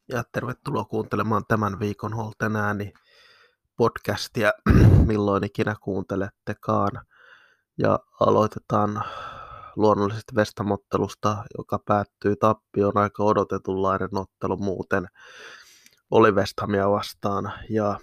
Ja tervetuloa kuuntelemaan tämän viikon Holten ääni podcastia, milloin ikinä kuuntelettekaan. Ja aloitetaan luonnollisesti Vestamottelusta, joka päättyy tappioon, aika odotetunlainen ottelu muuten oli West Hamia vastaan. Ja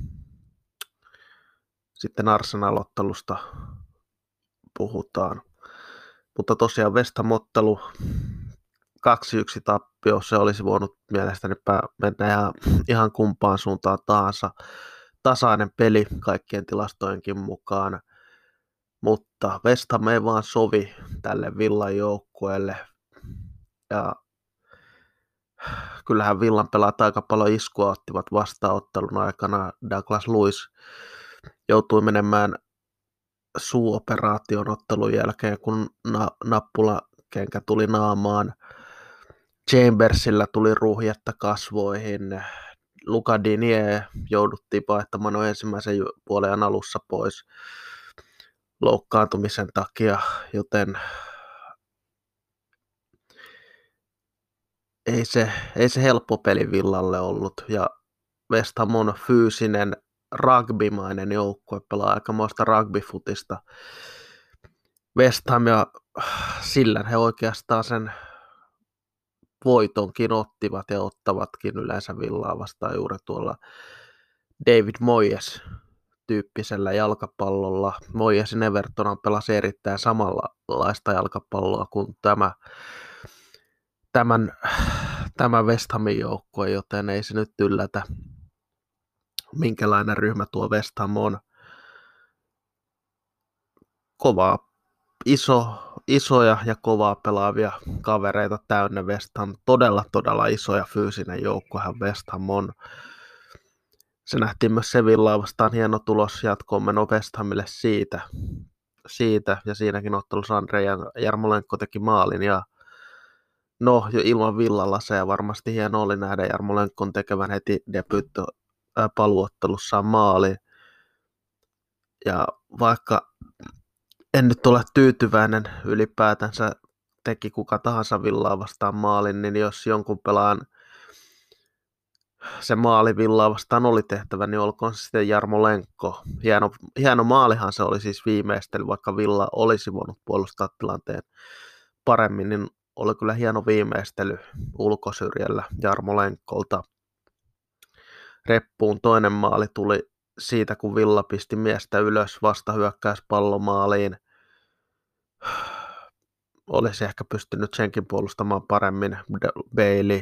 sitten Arsenal-ottelusta puhutaan. Mutta tosiaan Vestamottelu 2-1 tappio, se olisi voinut mielestäni mennä ihan kumpaan suuntaan tahansa. Tasainen peli kaikkien tilastojenkin mukaan, mutta West Ham ei vaan sovi tälle Villan joukkueelle. Ja kyllähän Villan pelaat aika paljon iskua ottivat vastaanottelun aikana. Douglas Luiz joutui menemään suuoperaation ottelun jälkeen, kun nappulakenkä tuli naamaan. Chambersillä tuli ruhjetta kasvoihin. Luka Digne jouduttiin vaihtamaan ensimmäisen puolen alussa pois loukkaantumisen takia, joten ei se helppo peli Villalle ollut. Ja West Ham on fyysinen, rugbymainen joukkue, pelaa aikamoista rugbyfutista. West Ham ja sillä he oikeastaan sen voitonkin ottivat ja ottavatkin yleensä Villaa vastaan juuri tuolla David Moyes tyyppisellä jalkapallolla. Moyesin Everton pelasi erittäin samanlaista jalkapalloa kuin tämä West Hamin joukkue, joten ei se nyt yllätä, minkälainen ryhmä tuo West Ham on. Kovaa, isoja ja kovaa pelaavia kavereita täynnä West Ham. Todella iso ja fyysinen joukkuehan West Ham on. Se nähtiin myös Sevillaa vastaan, hieno tulos jatkoon meno West Hamille siitä ja siinäkin ottelussa Andrei Jarmolenko teki maalin ja no jo ilman Villalaseja varmasti hieno oli nähdä Jarmolenkon tekevän heti paluottelussaan maali. Ja vaikka en nyt ole tyytyväinen ylipäätänsä teki kuka tahansa Villaa vastaan maalin, niin jos jonkun pelaan se maali Villaa vastaan oli tehtävä, niin olkoon se sitten Jarmolenko. Hieno maalihan se oli siis viimeistely, vaikka Villa olisi voinut puolustaa tilanteen paremmin, niin oli kyllä hieno viimeistely ulkosyrjällä Jarmolenkolta. Reppuun toinen maali tuli siitä, kun Villa pisti miestä ylös vastahyökkäyspallomaaliin. Olisi ehkä pystynyt senkin puolustamaan paremmin. Bailey,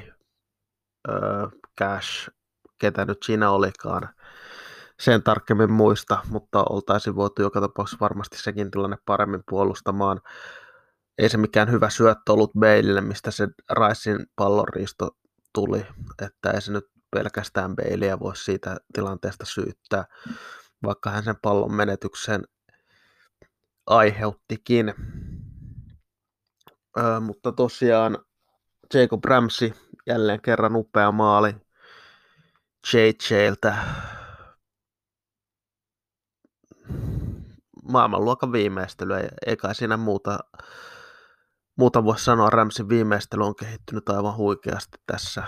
Cash, ketä nyt siinä olikaan. Sen tarkemmin muista, mutta oltaisiin voitu joka tapauksessa varmasti sekin tilanne paremmin puolustamaan. Ei se mikään hyvä syöttö ollut Baileylle, mistä se Ricein pallonriisto tuli, että ei se nyt pelkästään Baileyä voi siitä tilanteesta syyttää, vaikka hän sen pallon menetyksen aiheuttikin. Mutta tosiaan Jacob Ramsey, jälleen kerran upea maali JJltä. Maailmanluokan viimeistely, ei kai siinä muuta voi sanoa. Ramseyn viimeistely on kehittynyt aivan huikeasti tässä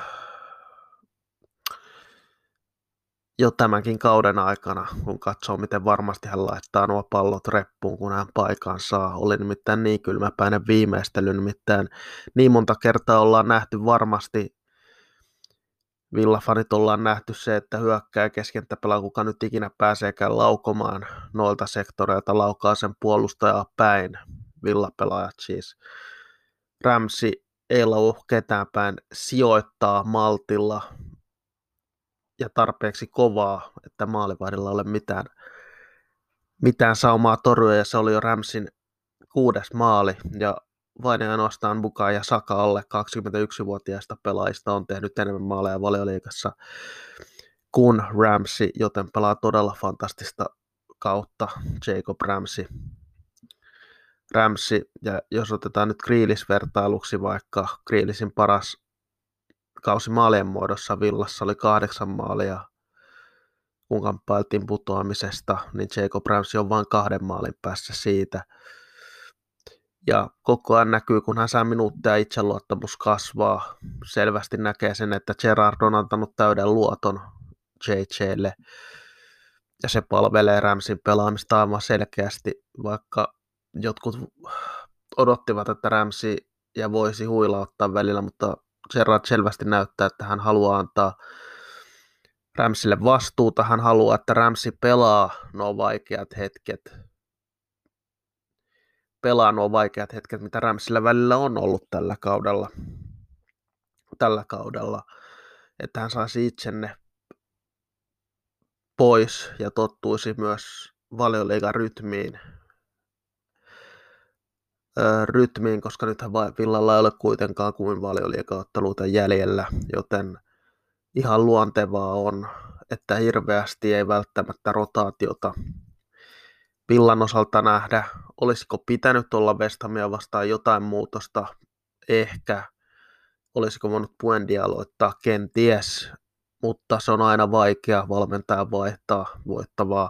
jo tämänkin kauden aikana, kun katsoo, miten varmasti hän laittaa nuo pallot reppuun, kun hän paikan saa. Oli nimittäin niin kylmäpäinen viimeistely, nimittäin niin monta kertaa ollaan nähty varmasti, Villafanit ollaan nähty se, että hyökkää keskentäpelaa, kuka nyt ikinä pääseekään laukomaan noilta sektoreilta, laukaa sen puolustajaa päin, Villapelaajat siis. Ramsey ei lauo ketään päin, sijoittaa maltilla ja tarpeeksi kovaa, että maalivahdilla ole mitään saumaa torjua, ja se oli jo Ramseyn 6. maali, ja vain ja ainoastaan Bukayo Saka alle 21-vuotiaista pelaajista on tehnyt enemmän maaleja Valioliigassa kuin Ramsey, joten pelaa todella fantastista kautta Jacob Ramsey, ja jos otetaan nyt Grealish-vertailuksi, vaikka Grealishin paras kausi maalien muodossa Villassa oli 8 maalia, kun kamppailtiin putoamisesta, niin Jacob Ramsey on vain 2 maalin päässä siitä. Ja koko ajan näkyy, kun hän saa minuutteja, itseluottamus kasvaa. Selvästi näkee sen, että Gerrard on antanut täyden luoton JJlle. Ja se palvelee Ramsin pelaamista aivan selkeästi, vaikka jotkut odottivat, että Ramsey ja voisi huilauttaa välillä, mutta Gerrard selvästi näyttää, että hän haluaa antaa Ramsille vastuuta. Hän haluaa, että Ramsey pelaa nuo vaikeat hetket, mitä Ramsillä välillä on ollut tällä kaudella, että hän saisi itsenne pois ja tottuisi myös Valioliigan rytmiin, koska nythän Villalla ei ole kuitenkaan kuin Valioliiga-otteluita jäljellä, joten ihan luontevaa on, että hirveästi ei välttämättä rotaatiota Villan osalta nähdä. Olisiko pitänyt olla West Hamia vastaan jotain muutosta? Ehkä. Olisiko voinut Buendia aloittaa? Kenties. Mutta se on aina vaikea valmentaja vaihtaa voittavaa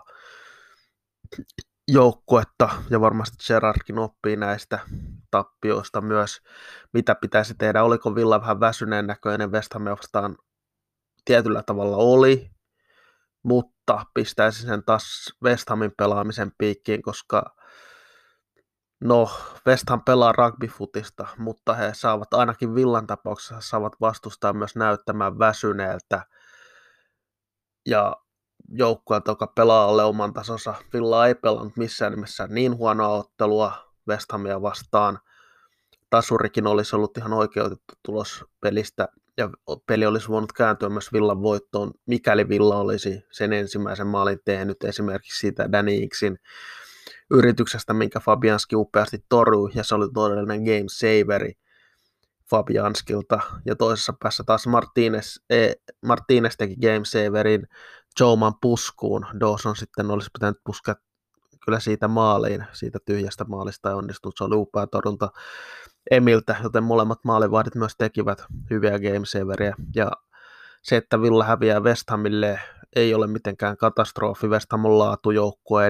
joukkuetta, ja varmasti Gerrardkin oppii näistä tappioista myös, mitä pitäisi tehdä. Oliko Villa vähän väsyneen näköinen West Hamia vastaan? Tietyllä tavalla oli, mutta pistäisi sen taas West Hamin pelaamisen piikkiin, koska no, West Ham pelaa rugbyfutista, mutta he saavat ainakin Villan tapauksessa saavat vastustaa myös näyttämään väsyneeltä ja joukkueelta, joka pelaa alle oman tasonsa. Villa ei pelannut missään nimessä niin huonoa ottelua West Hamia vastaan. Tasurikin olisi ollut ihan oikeutettu tulos pelistä, ja peli olisi voinut kääntyä myös Villan voittoon, mikäli Villa olisi sen ensimmäisen maalin tehnyt, esimerkiksi siitä Danny Inksin yrityksestä, minkä Fabianski upeasti torui, ja se oli todellinen game saveri Fabianskilta, ja toisessa päässä taas Martinez teki game saverin Jouman puskuun. Dawson sitten olisi pitänyt puskea kyllä siitä maaliin, siitä tyhjästä maalista ei onnistunut, se oli upea torjunta Emiltä, joten molemmat maalivahdit myös tekivät hyviä game saveria, ja se, että Villa häviää West Hamille, ei ole mitenkään katastrofi. West Ham on laatujoukkue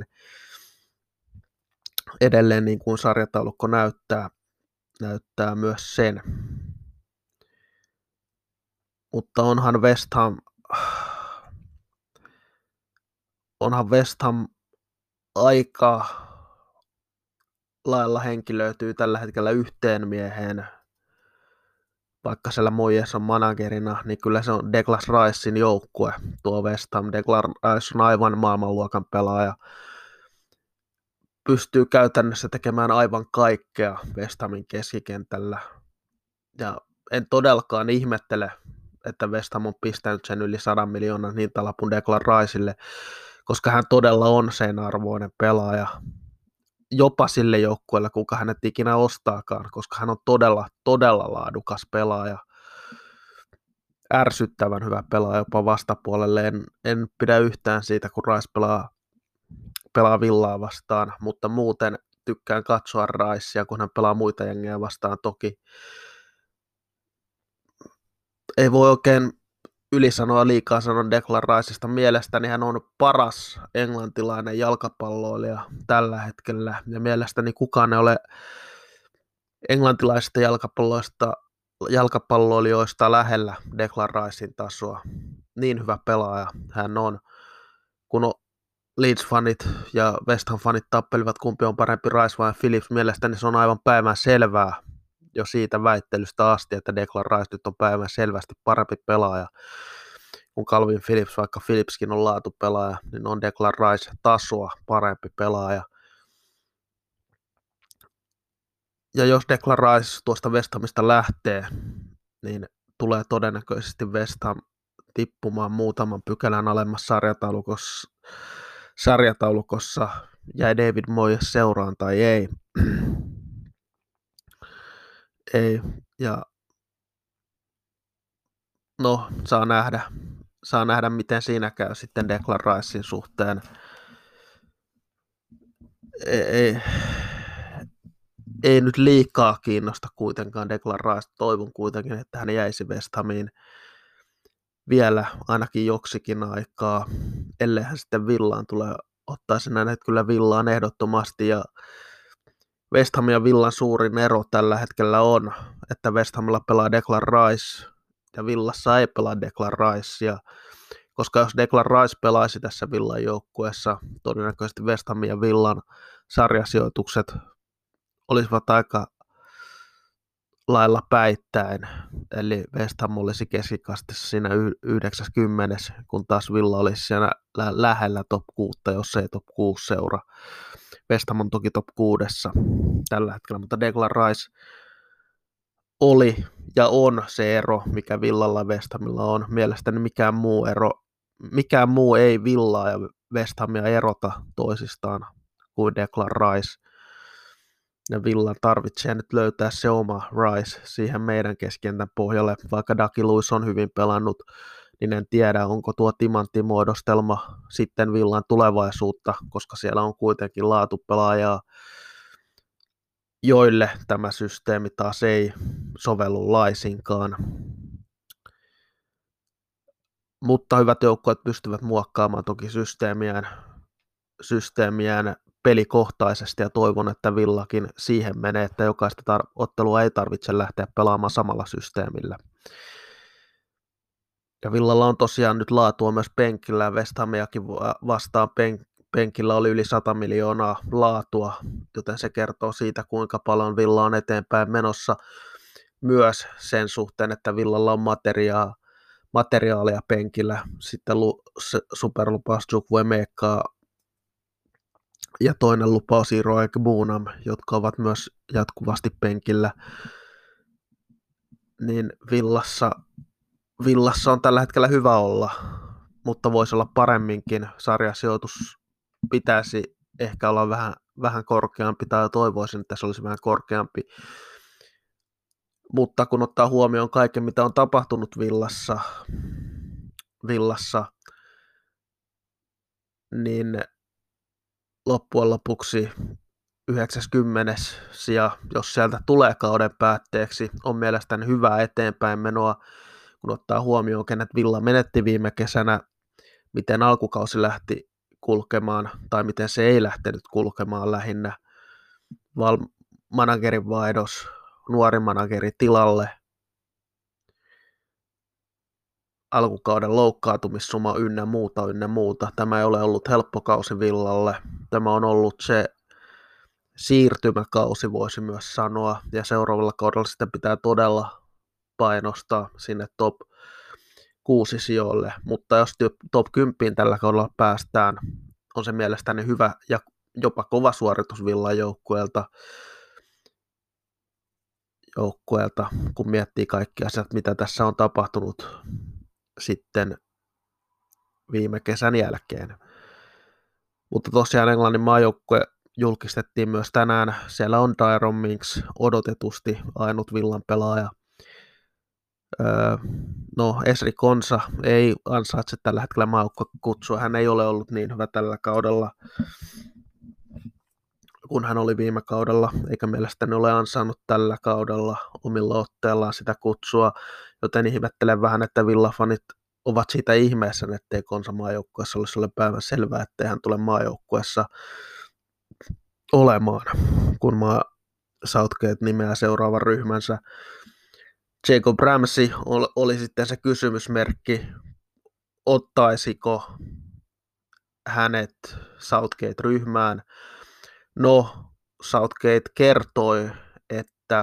edelleen niin kuin sarjataulukko näyttää myös sen. Mutta onhan West Ham aika lailla henkilöityy tällä hetkellä yhteen mieheen, vaikka siellä Moyes on managerina, niin kyllä se on Declan Ricein joukkue, tuo West Ham. Declan Rice on aivan maailmanluokan pelaaja, pystyy käytännössä tekemään aivan kaikkea West Hamin keskikentällä, ja en todellakaan ihmettele, että West Ham on pistänyt sen yli 100 miljoonan hintalapun Declan Ricelle, koska hän todella on sen arvoinen pelaaja, jopa sille joukkueelle, kuka hänet ikinä ostaakaan, koska hän on todella, todella laadukas pelaaja, ärsyttävän hyvä pelaaja jopa vastapuolelle. En pidä yhtään siitä, kun Rice pelaa Villaa vastaan, mutta muuten tykkään katsoa Ricea, kun hän pelaa muita jengejä vastaan. Toki ei voi oikein ylisanoa liikaa sanon Declan Ricesta. Mielestäni hän on paras englantilainen jalkapalloilija tällä hetkellä, ja mielestäni kukaan ei ole englantilaisista jalkapalloilijoista lähellä Declan Ricen tasoa. Niin hyvä pelaaja hän on. Kun Leeds-fanit ja West Ham-fanit tappelivat, kumpi on parempi, Rice vai Phillips, mielestäni se on aivan päivän selvää jo siitä väittelystä asti, että Declan Rice nyt on päivän selvästi parempi pelaaja kuin Calvin Phillips, vaikka Phillipskin on laatupelaaja, niin on Declan Rice tasoa parempi pelaaja. Ja jos Declan Rice tuosta West Hamista lähtee, niin tulee todennäköisesti West Ham tippumaan muutaman pykälän alemmas sarjataulukossa, jäi David Moyes seuraan tai ei. Ei, ja no, saa nähdä, miten siinä käy sitten Declan Ricein suhteen. Ei nyt liikaa kiinnosta kuitenkaan Declan Rice. Toivon kuitenkin, että hän jäisi West Hamiin vielä ainakin joksikin aikaa, ellei hän sitten Villaan tule, ottaisin hänet kyllä Villaan ehdottomasti, ja West Ham ja Villan suurin ero tällä hetkellä on, että West Hamilla pelaa Declan Rice ja Villassa ei pelaa Declan Rice. Ja koska jos Declan Rice pelaisi tässä Villan joukkueessa, todennäköisesti West Hamin ja Villan sarjasijoitukset olisivat aika lailla päittäin, eli West Ham olisi keskikastissa siinä 90, kun taas Villa olisi siinä lähellä top 6, jos ei top 6 seura. West Ham on toki top 6 tällä hetkellä, mutta Declan Rice oli ja on se ero, mikä Villalla ja West Hamilla on. Mielestäni mikään muu ei Villaa ja West Hamia erota toisistaan kuin Declan Rice. Ja Villan tarvitsee nyt löytää se oma Rice siihen meidän keskentän pohjalle. Vaikka Daki Luiz on hyvin pelannut, niin en tiedä, onko tuo timanttimuodostelma sitten Villan tulevaisuutta, koska siellä on kuitenkin laatupelaajaa, joille tämä systeemi taas ei sovellu laisinkaan. Mutta hyvät joukkueet pystyvät muokkaamaan toki systeemiään pelikohtaisesti ja toivon, että Villakin siihen menee, että jokaista ottelua ei tarvitse lähteä pelaamaan samalla systeemillä. Ja Villalla on tosiaan nyt laatua myös penkillä, West Hamiakin vastaan penkillä oli yli 100 miljoonaa laatua, joten se kertoo siitä, kuinka paljon Villa on eteenpäin menossa myös sen suhteen, että Villalla on materiaalia penkillä, sitten superlupaus Chukwuemeka ja toinen lupaus Iro Ekbunam, jotka ovat myös jatkuvasti penkillä, niin Villassa on tällä hetkellä hyvä olla, mutta voisi olla paremminkin. Sarjasijoitus pitäisi ehkä olla vähän korkeampi, tai toivoisin, että se olisi vähän korkeampi. Mutta kun ottaa huomioon kaiken, mitä on tapahtunut Villassa, niin loppujen lopuksi 90. sija, jos sieltä tulee kauden päätteeksi, on mielestäni hyvää eteenpäin menoa, kun ottaa huomioon, kenet Villa menetti viime kesänä, miten alkukausi lähti kulkemaan, tai miten se ei lähtenyt kulkemaan lähinnä. Managerin vaihdos, nuori manageri tilalle, alkukauden loukkaantumissuma ynnä muuta. Tämä ei ole ollut helppo kausi Villalle. Tämä on ollut se siirtymäkausi, voisi myös sanoa, ja seuraavalla kaudella sitten pitää todella painostaa sinne top 6 sijoille, mutta jos top 10 tällä kaudella päästään, on se mielestäni hyvä ja jopa kova suoritus Villan joukkueelta, kun miettii kaikki asiat, mitä tässä on tapahtunut sitten viime kesän jälkeen. Mutta tosiaan Englannin maajoukkue julkistettiin myös tänään. Siellä on Tyrone Mings, odotetusti ainut Villan pelaaja. Ezri Konsa ei ansaitse tällä hetkellä maajoukkuekutsua. Hän ei ole ollut niin hyvä tällä kaudella, kun hän oli viime kaudella, eikä mielestäni ole ansainnut tällä kaudella omilla otteillaan sitä kutsua, joten ihmettelen vähän, että Villa-fanit ovat siitä ihmeessä, ettei Konsa maajoukkueessa olisi ole päivän selvää, ettei hän tule maajoukkueessa olemaan, kun Southgate nimeää seuraavan ryhmänsä. Jacob Ramsey oli sitten se kysymysmerkki, ottaisiko hänet Southgate-ryhmään. No, Southgate kertoi, että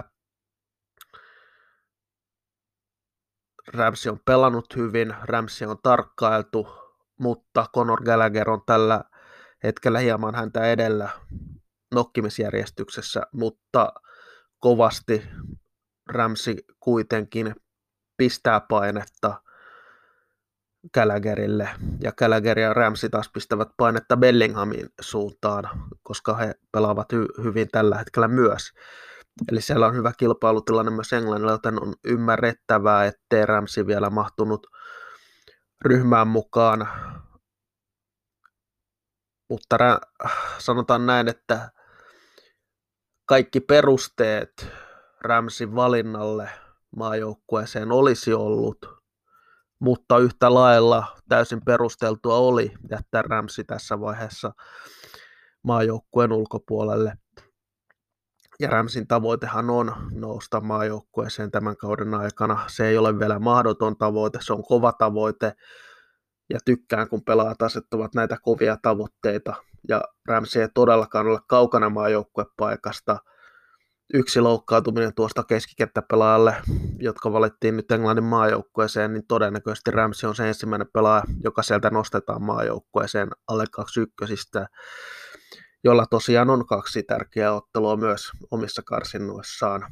Ramsey on pelannut hyvin, Ramsey on tarkkailtu, mutta Conor Gallagher on tällä hetkellä hieman häntä edellä nokkimisjärjestyksessä, mutta kovasti Ramsey kuitenkin pistää painetta Gallagherille, ja Gallagher ja Ramsey taas pistävät painetta Bellinghamin suuntaan, koska he pelaavat hyvin tällä hetkellä myös. Eli siellä on hyvä kilpailutilanne myös Englannilla, joten on ymmärrettävää, ettei Ramsey vielä mahtunut ryhmään mukaan. Mutta sanotaan näin, että kaikki perusteet Ramseyn valinnalle maajoukkueeseen olisi ollut, mutta yhtä lailla täysin perusteltua oli jättää Ramsey tässä vaiheessa maajoukkueen ulkopuolelle. Ja Ramsin tavoitehan on nousta maajoukkueeseen tämän kauden aikana. Se ei ole vielä mahdoton tavoite, se on kova tavoite. Ja tykkään, kun pelaajat asettavat näitä kovia tavoitteita. Ja Ramsey ei todellakaan ole kaukana maajoukkuepaikasta. Yksi loukkaantuminen tuosta keskikenttäpelaajalle, jotka valittiin nyt Englannin maajoukkueeseen, niin todennäköisesti Ramsey on se ensimmäinen pelaaja, joka sieltä nostetaan maajoukkueeseen alle 21, jolla tosiaan on 2 tärkeää ottelua myös omissa karsinnoissaan,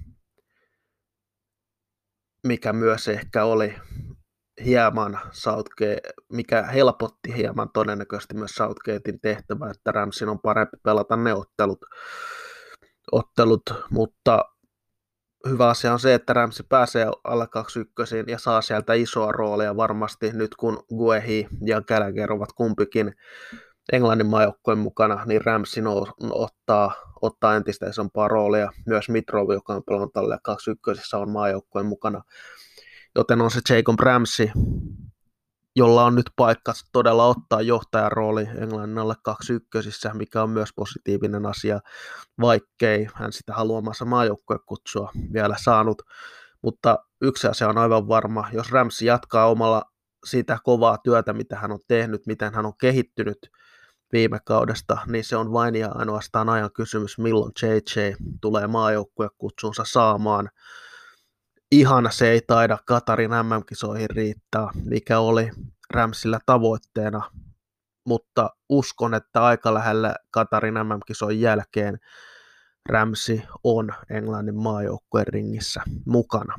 mikä myös ehkä oli hieman mikä helpotti hieman todennäköisesti myös Southgatein tehtävä, että Ramsin on parempi pelata ne ottelut, mutta hyvä asia on se, että Ramsey pääsee alle 21 ja saa sieltä isoa roolia varmasti nyt kun Guehi ja Gallagher ovat kumpikin Englannin maajoukkojen mukana, niin Ramsey ottaa entistä isompaa roolia. Myös Mitrov, joka on pelannut alle 21 on maajoukkojen mukana. Joten on se Jacob Ramsey, jolla on nyt paikka todella ottaa johtajan rooli Englannin alle 21, mikä on myös positiivinen asia, vaikkei hän sitä haluamansa maajoukkuekutsua vielä saanut. Mutta yksi asia on aivan varma, jos Ramsey jatkaa omalla sitä kovaa työtä, mitä hän on tehnyt, miten hän on kehittynyt viime kaudesta, niin se on vain ja ainoastaan ajan kysymys, milloin JJ tulee maajoukkuekutsunsa saamaan. Ihan se ei taida Qatarin MM-kisoihin riittää, mikä oli Ramsillä tavoitteena, mutta uskon, että aika lähellä Qatarin MM-kisojen jälkeen Ramsey on Englannin maajoukkueen ringissä mukana.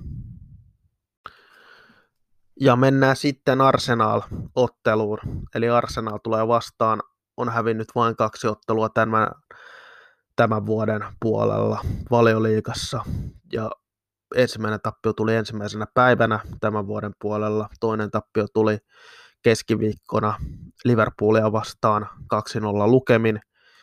Ja mennään sitten Arsenal-otteluun, eli Arsenal tulee vastaan, on hävinnyt vain 2 ottelua tämän vuoden puolella Valioliigassa, ja ensimmäinen tappio tuli ensimmäisenä päivänä tämän vuoden puolella, toinen tappio tuli keskiviikkona Liverpoolia vastaan 2-0 lukemin.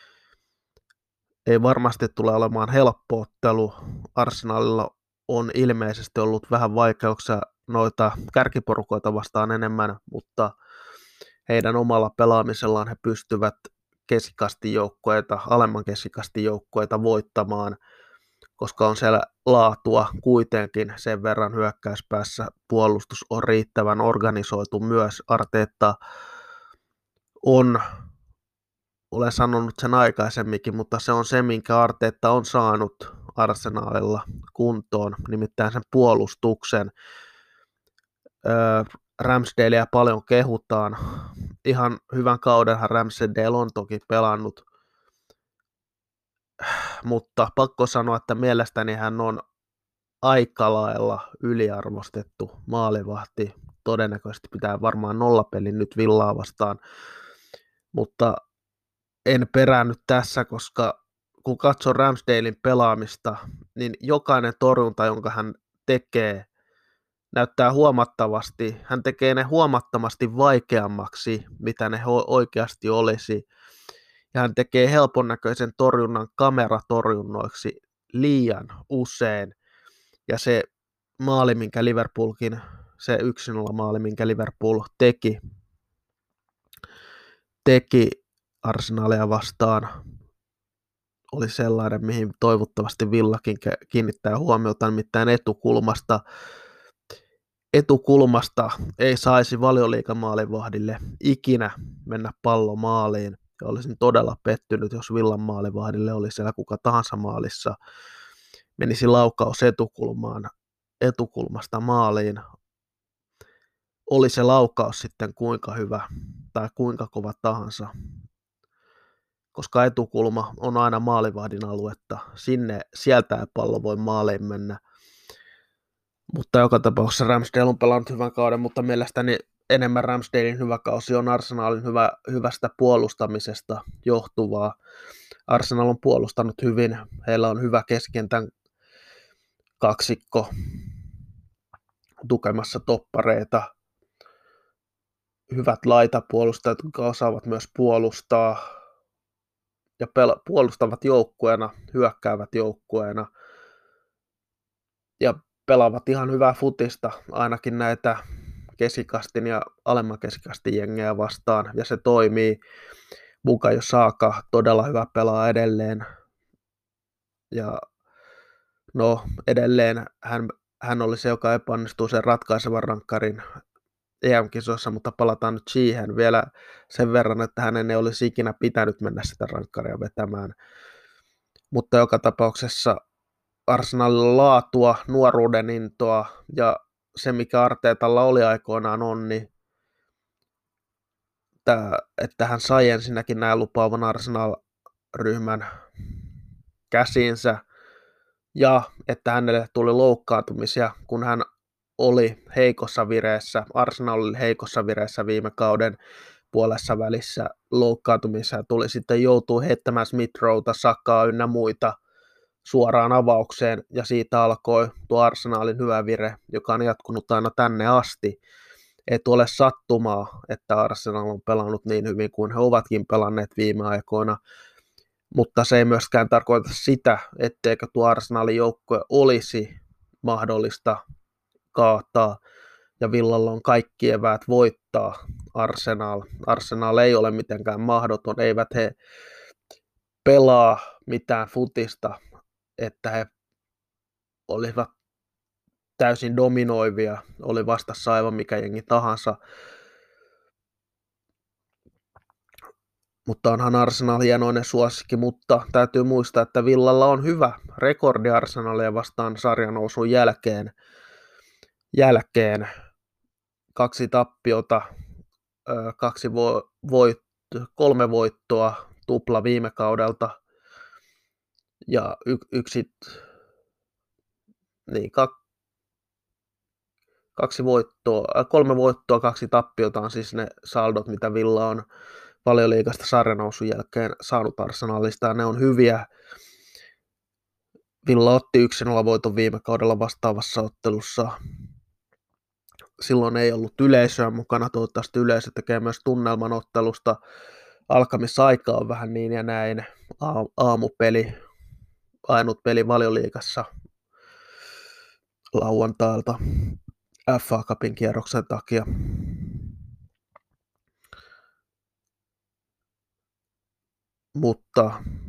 Ei varmasti tule olemaan helppo ottelu. Arsenalilla on ilmeisesti ollut vähän vaikeuksia noita kärkiporukoita vastaan enemmän, mutta heidän omalla pelaamisellaan he pystyvät keskikastijoukkueita, alemman keskikastijoukkueita voittamaan, koska on siellä laatua kuitenkin sen verran hyökkäyspäässä. Puolustus on riittävän organisoitu myös. Arteta olen sanonut sen aikaisemminkin, mutta se on se, minkä Arteta on saanut Arsenalilla kuntoon, nimittäin sen puolustuksen. Ramsdalea paljon kehutaan. Ihan hyvän kaudenhan Ramsdale on toki pelannut, mutta pakko sanoa, että mielestäni hän on aika lailla yliarvostettu maalivahti. Todennäköisesti pitää varmaan nollapelin nyt Villaa vastaan, mutta en peräännyt tässä, koska kun katsoo Ramsdalen pelaamista, niin jokainen torjunta, jonka hän tekee, näyttää huomattavasti, hän tekee ne huomattavasti vaikeammaksi, mitä ne oikeasti olisi. Ja hän tekee helpon näköisen torjunnan kameratorjunnoiksi liian usein. Ja se maali, minkä Liverpoolkin, se 1-0 maali, minkä Liverpool teki Arsenalia vastaan, oli sellainen, mihin toivottavasti Villakin kiinnittää huomiota, nimittäin etukulmasta ei saisi Valioliigan-maalivahdille ikinä mennä pallo maaliin. Ja olisin todella pettynyt, jos Villan maalivahdille oli siellä kuka tahansa maalissa. Menisi laukaus etukulmasta maaliin. Oli se laukaus sitten kuinka hyvä tai kuinka kova tahansa, koska etukulma on aina maalivahdin aluetta. Sieltä ei pallo voi maaliin mennä. Mutta joka tapauksessa Ramsdale on pelannut hyvän kauden, mutta mielestäni enemmän Ramsdalen hyvä kausi on Arsenalin hyvästä puolustamisesta johtuvaa. Arsenal on puolustanut hyvin, heillä on hyvä keskentän kaksikko tukemassa toppareita, hyvät laitapuolustajat, jotka osaavat myös puolustaa ja puolustavat joukkueena, hyökkäävät joukkueena ja pelaavat ihan hyvää futista, ainakin näitä keskikastin ja alemman keskikastin jengejä vastaan, ja se toimii. Bukayo Saka, todella hyvä pelaa edelleen, ja No edelleen hän oli se, joka epäonnistui sen ratkaisevan rankkarin EM-kisoissa, mutta palataan nyt siihen vielä sen verran, että hänen ei olisi ikinä pitänyt mennä sitä rankkaria vetämään. Mutta joka tapauksessa Arsenalilla laatua, nuoruuden intoa ja se, mikä Arteetalla oli aikoinaan on, niin että hän sai ensinnäkin näin lupaavan Arsenal-ryhmän käsiinsä ja että hänelle tuli loukkaantumisia, kun hän oli heikossa vireessä, Arsenal oli heikossa vireessä viime kauden puolessa välissä loukkaantumisia, tuli sitten joutuu heittämään Smith Roweta, Sakaa ynnä muita suoraan avaukseen, ja siitä alkoi tuo Arsenalin hyvä vire, joka on jatkunut aina tänne asti. Ei ole sattumaa, että Arsenal on pelannut niin hyvin kuin he ovatkin pelanneet viime aikoina, mutta se ei myöskään tarkoita sitä, etteikö tuo Arsenalin joukkue olisi mahdollista kaataa, ja Villalla on kaikki eväät voittaa Arsenal. Arsenal ei ole mitenkään mahdoton, eivät he pelaa mitään futista, että he olivat täysin dominoivia, oli vastassa aivan mikä jengi tahansa. Mutta onhan Arsenal hienoinen suosikki, mutta täytyy muistaa, että Villalla on hyvä rekordi Arsenalia vastaan sarjanousun jälkeen 2 tappiota, 3 voittoa tupla viime kaudelta ja yksi, niin, 3 voittoa, 2 tappiota on siis ne saldot, mitä Villa on Valioliigasta sarjanousun jälkeen saanut Arsenalista, ja ne on hyviä. Villa otti 1-0 voiton viime kaudella vastaavassa ottelussa. Silloin ei ollut yleisöä mukana, toivottavasti yleisö tekee myös tunnelman ottelusta. Alkamisaika on vähän niin ja näin, aamupeli, ainut peli Valioliigassa lauantailta FA Cupin kierroksen takia. Mutta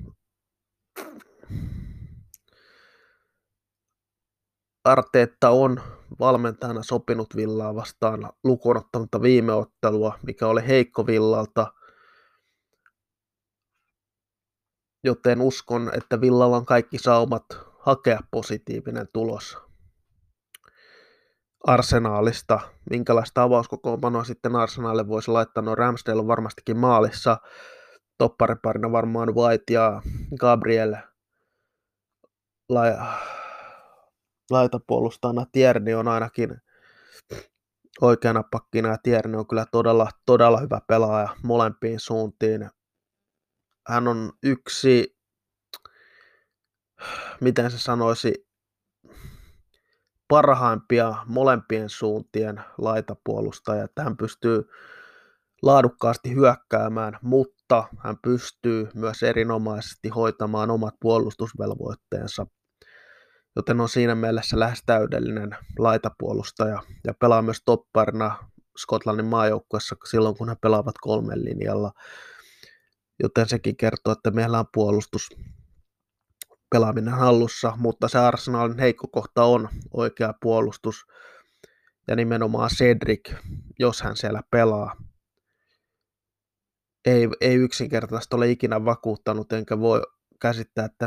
Arteetta on valmentajana sopinut Villaa vastaan lukuun ottamatta viime ottelua, mikä oli heikko Villalta, joten uskon, että Villalla on kaikki saumat hakea positiivinen tulos Arsenaalista. Minkälaista avauskokoonpanoa sitten Arsenalille voisi laittaa? No Ramsdale on varmastikin maalissa, toppariparina varmaan White ja Gabriel laitapuolustajana. Tierney on ainakin oikeana pakkina, ja Tierney on kyllä todella hyvä pelaaja molempiin suuntiin. Hän on yksi, miten se sanoisi, parhaimpia molempien suuntien laitapuolustajia, että hän pystyy laadukkaasti hyökkäämään, mutta hän pystyy myös erinomaisesti hoitamaan omat puolustusvelvoitteensa, joten on siinä mielessä lähes täydellinen laitapuolustaja ja pelaa myös topparina Skotlannin maajoukkueessa silloin, kun he pelaavat 3 linjalla, joten sekin kertoo, että meillä on pelaaminen hallussa, mutta se Arsenalin heikko kohta on oikea puolustus ja nimenomaan Cedric, jos hän siellä pelaa. Ei yksinkertaisesti ole ikinä vakuuttanut, enkä voi käsittää, että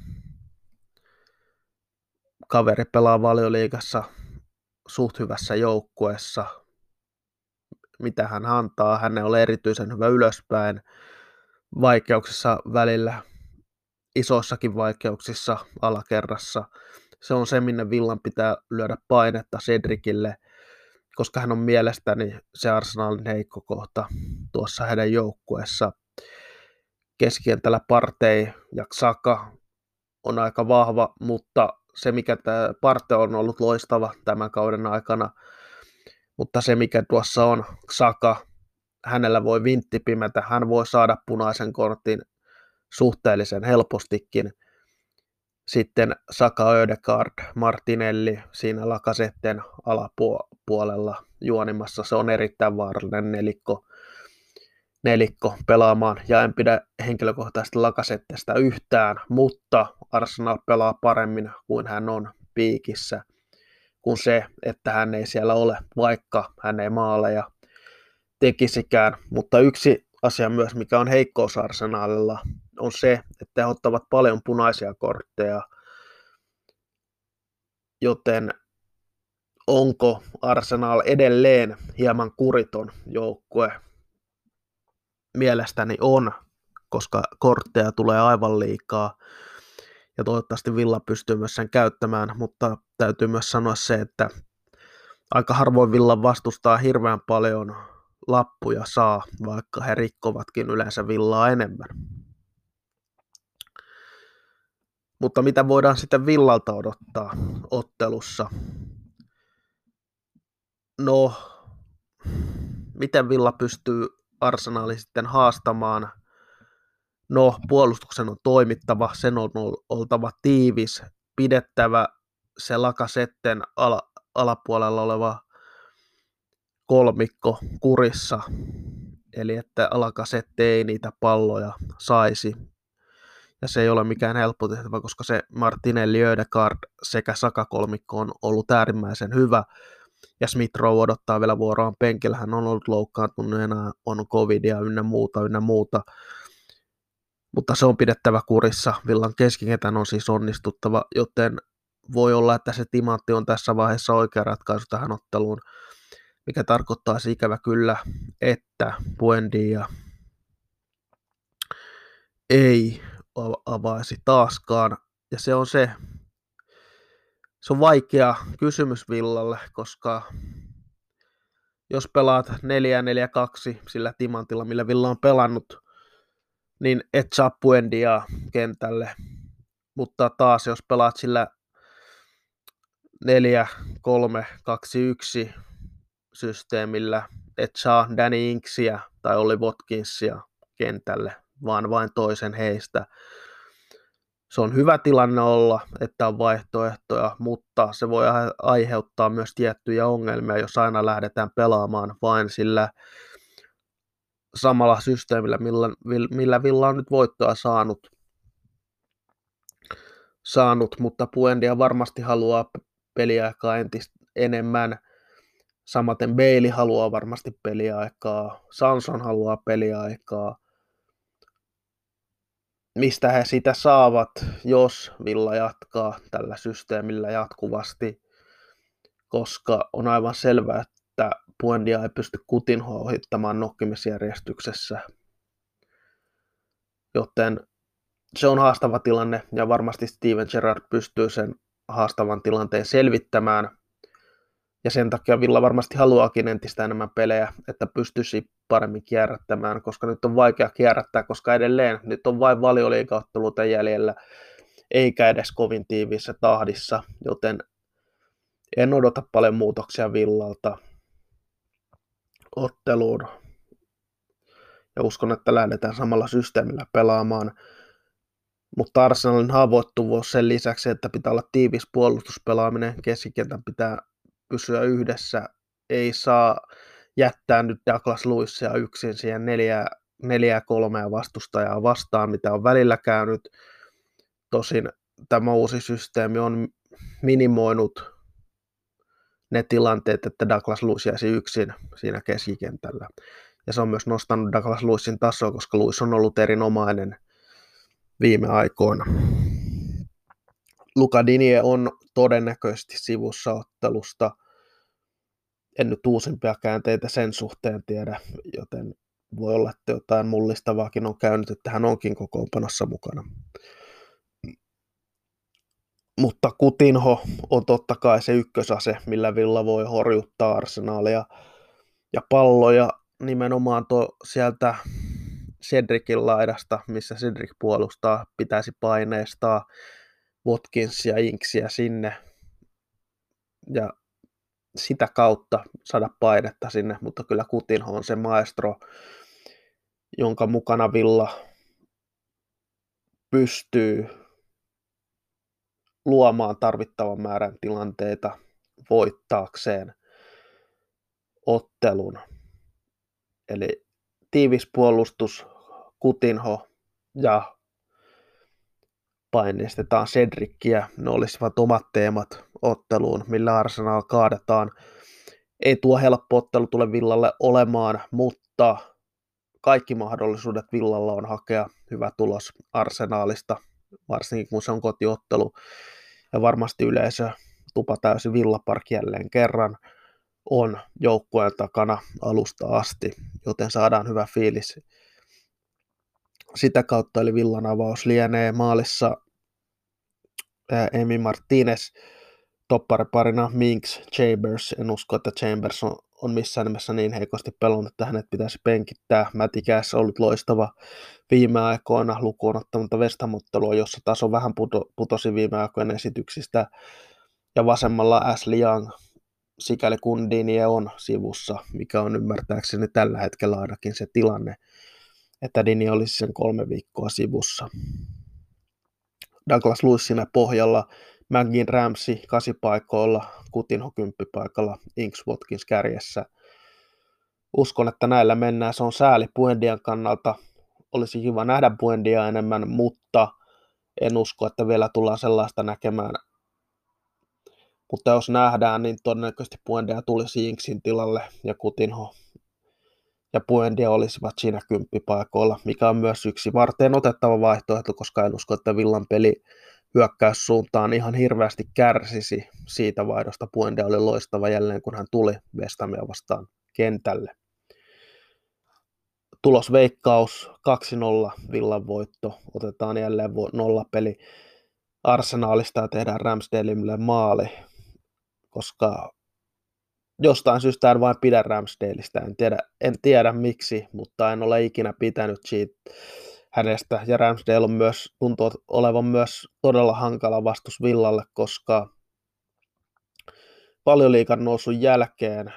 kaveri pelaa Valioliigassa suht hyvässä joukkueessa. Mitä hän antaa, hän on erityisen hyvä ylöspäin, vaikeuksissa välillä, isoissakin vaikeuksissa alakerrassa. Se on se, minne Villan pitää lyödä painetta Cedricille, koska hän on mielestäni se Arsenalin heikko kohta tuossa heidän joukkueessa. Keskikentällä Partey ja Xhaka on aika vahva, mutta se mikä tämä Partey on ollut loistava tämän kauden aikana, mutta se mikä tuossa on Xhaka, hänellä voi vintti pimetä, hän voi saada punaisen kortin suhteellisen helpostikin. Sitten Saka, Ödegaard, Martinelli siinä Lacazetten alapuolella juonimassa. Se on erittäin vaarallinen nelikko. nelikko pelaamaan, ja en pidä henkilökohtaisesti Lacazettestä yhtään, mutta Arsenal pelaa paremmin kuin hän on piikissä, kuin se, että hän ei siellä ole, vaikka hän ei maaleja tekisikään. Mutta yksi asia myös, mikä on heikkous Arsenalilla, on se, että he ottavat paljon punaisia kortteja, joten onko Arsenal edelleen hieman kuriton joukkue? Mielestäni on, koska kortteja tulee aivan liikaa ja toivottavasti Villa pystyy myös sen käyttämään, mutta täytyy myös sanoa se, että aika harvoin Villan vastustaa hirveän paljon lappuja saa, vaikka he rikkovatkin yleensä Villaa enemmän. Mutta mitä voidaan sitten Villalta odottaa ottelussa? No, miten Villa pystyy Arsenalin sitten haastamaan? No, puolustuksen on toimittava, sen on oltava tiivis, pidettävä se Lacazetten alapuolella oleva kolmikko kurissa, eli että Lacazette ei niitä palloja saisi. Ja se ei ole mikään helppo tehtävä, koska se Martinelli, Ödegaard sekä Saka-kolmikko on ollut äärimmäisen hyvä. Ja Smith Rowe odottaa vielä vuoroaan penkillä. Hän on ollut loukkaantuneena, on covidia ynnä muuta. Mutta se on pidettävä kurissa. Villan keskikentän on siis onnistuttava, joten voi olla, että se timantti on tässä vaiheessa oikea ratkaisu tähän otteluun, mikä tarkoittaa ikävä kyllä, että Buendia ei avaisi taaskaan. Ja se on vaikea kysymys Villalle, koska jos pelaat 4-4-2 sillä timantilla, millä Villa on pelannut, niin et saa Buendiaa kentälle. Mutta taas jos pelaat sillä 4-3-2-1 systeemillä, et saa Danny Inksia tai Olli Watkinsia kentälle, vaan vain toisen heistä. Se on hyvä tilanne olla, että on vaihtoehtoja, mutta se voi aiheuttaa myös tiettyjä ongelmia, jos aina lähdetään pelaamaan vain sillä samalla systeemillä, millä Villa on nyt voittoa saanut, mutta Buendia varmasti haluaa peliaikaa entistä enemmän. Samaten Bailey haluaa varmasti peliaikaa, Sanson haluaa peliaikaa. Mistä he sitä saavat, jos Villa jatkaa tällä systeemillä jatkuvasti, koska on aivan selvää, että Buendia ei pysty Coutinhoa ohittamaan nokkimisjärjestyksessä, joten se on haastava tilanne ja varmasti Steven Gerrard pystyy sen haastavan tilanteen selvittämään. Ja sen takia Villa varmasti haluaakin entistä enemmän pelejä, että pystyisi paremmin kierrättämään, koska nyt on vaikea kierrättää, koska edelleen nyt on vain valioliigaotteluita jäljellä, eikä edes kovin tiiviissä tahdissa, joten en odota paljon muutoksia Villalta otteluun. Ja uskon, että lähdetään samalla systeemillä pelaamaan. Mutta Arsenalin haavoittuvuus sen lisäksi, että pitää olla tiivis puolustuspelaaminen, keskikentän pitää pysyä yhdessä, ei saa jättää nyt Douglas Luizia yksin siihen 4-3 vastustajaa vastaan, mitä on välillä käynyt. Tosin tämä uusi systeemi on minimoinut ne tilanteet, että Douglas Luiz jäisi yksin siinä keskikentällä. Ja se on myös nostanut Douglas Luizin tasoa, koska Luiz on ollut erinomainen viime aikoina. Luca Digne on todennäköisesti sivussa ottelusta. En nyt uusimpia käänteitä sen suhteen tiedä, joten voi olla, että jotain mullistavaakin on käynyt, että hän onkin kokoonpanossa mukana. Mutta Coutinho on totta kai se ykkösase, millä Villa voi horjuttaa Arsenalia ja palloja nimenomaan sieltä Cedricin laidasta, missä Cedric puolustaa, pitäisi paineistaa Watkinsia ja Inksia sinne ja sitä kautta saada painetta sinne, mutta kyllä Coutinho on se maestro, jonka mukana Villa pystyy luomaan tarvittavan määrän tilanteita voittaakseen ottelun. Eli tiivis puolustus, Coutinho ja painistetaan Cedrickiä. Ne olisivat omat teemat otteluun, millä Arsenal kaadetaan. Ei tuo helppo ottelu tule Villalle olemaan, mutta kaikki mahdollisuudet Villalla on hakea hyvä tulos Arsenaalista, varsinkin kun se on kotiottelu. Ja varmasti yleisö tupa täysi Villa Park jälleen kerran on joukkueen takana alusta asti, joten saadaan hyvä fiilis sitä kautta. Eli Villan avaus lienee maalissa Emi Martinez, toppariparina Minks, Chambers. En usko, että Chambers on missään nimessä niin heikosti pelannut, että hänet pitäisi penkittää. Matty Cash on ollut loistava viime aikoina lukuun ottamatta West Ham-ottelua, jossa taso vähän putosi viime aikojen esityksistä. Ja vasemmalla Ashley Young, sikäli kun Dinie on sivussa, mikä on ymmärtääkseni tällä hetkellä ainakin se tilanne, että Dinie olisi sen 3 viikkoa sivussa. Douglas Luiz siinä pohjalla, McGinn Ramsey 8 paikoilla, Coutinho 10 paikalla, Inks Watkins kärjessä. Uskon, että näillä mennään. Se on sääli Buendian kannalta. Olisi kiva nähdä Buendia enemmän, mutta en usko, että vielä tullaan sellaista näkemään. Mutta jos nähdään, niin todennäköisesti Buendia tulisi Inksin tilalle ja Coutinho ja Buendia olisivat siinä 10 paikoilla, mikä on myös yksi varten otettava vaihtoehto, koska en usko, että Villan peli hyökkäyssuuntaan ihan hirveästi kärsisi siitä vaihdosta. Buendia oli loistava jälleen, kun hän tuli West Hamia vastaan kentälle. Tulosveikkaus 2-0 Villan voitto. Otetaan jälleen nollapeli Arsenaalista ja tehdään Ramsdaleille maali, koska jostain syystä en vain pidä Ramsdaleista. En tiedä miksi, mutta en ole ikinä pitänyt hänestä. Ja Ramsdale tuntuu olevan myös todella hankala vastus Villalle, koska Valioliigan nousun jälkeen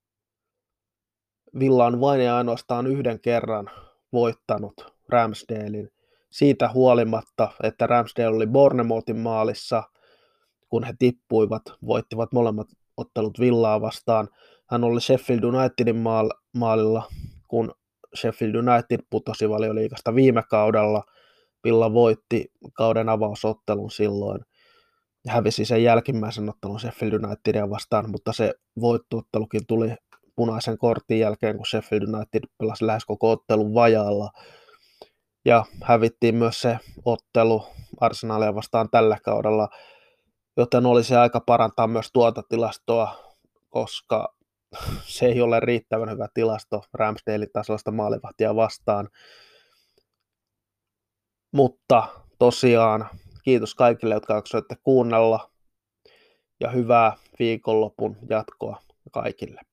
Villa on vain ja ainoastaan 1 kerran voittanut Ramsdalein. Siitä huolimatta, että Ramsdale oli Bournemouthin maalissa, kun he tippuivat, voittivat molemmat ottelut Villaa vastaan. Hän oli Sheffield Unitedin maalilla, kun Sheffield United putosi Valioliigasta viime kaudella. Villa voitti kauden avausottelun silloin ja hävisi sen jälkimmäisen ottelun Sheffield Unitedia vastaan, mutta se voittoottelukin tuli punaisen kortin jälkeen, kun Sheffield United pelasi lähes koko ottelun vajaalla. Ja hävittiin myös se ottelu Arsenalia vastaan tällä kaudella, joten olisi aika parantaa myös tuota tilastoa, koska se ei ole riittävän hyvä tilasto Ramsdalein tasoista maalivahtia vastaan. Mutta tosiaan kiitos kaikille, jotka jaksoitte kuunnella ja hyvää viikonlopun jatkoa kaikille.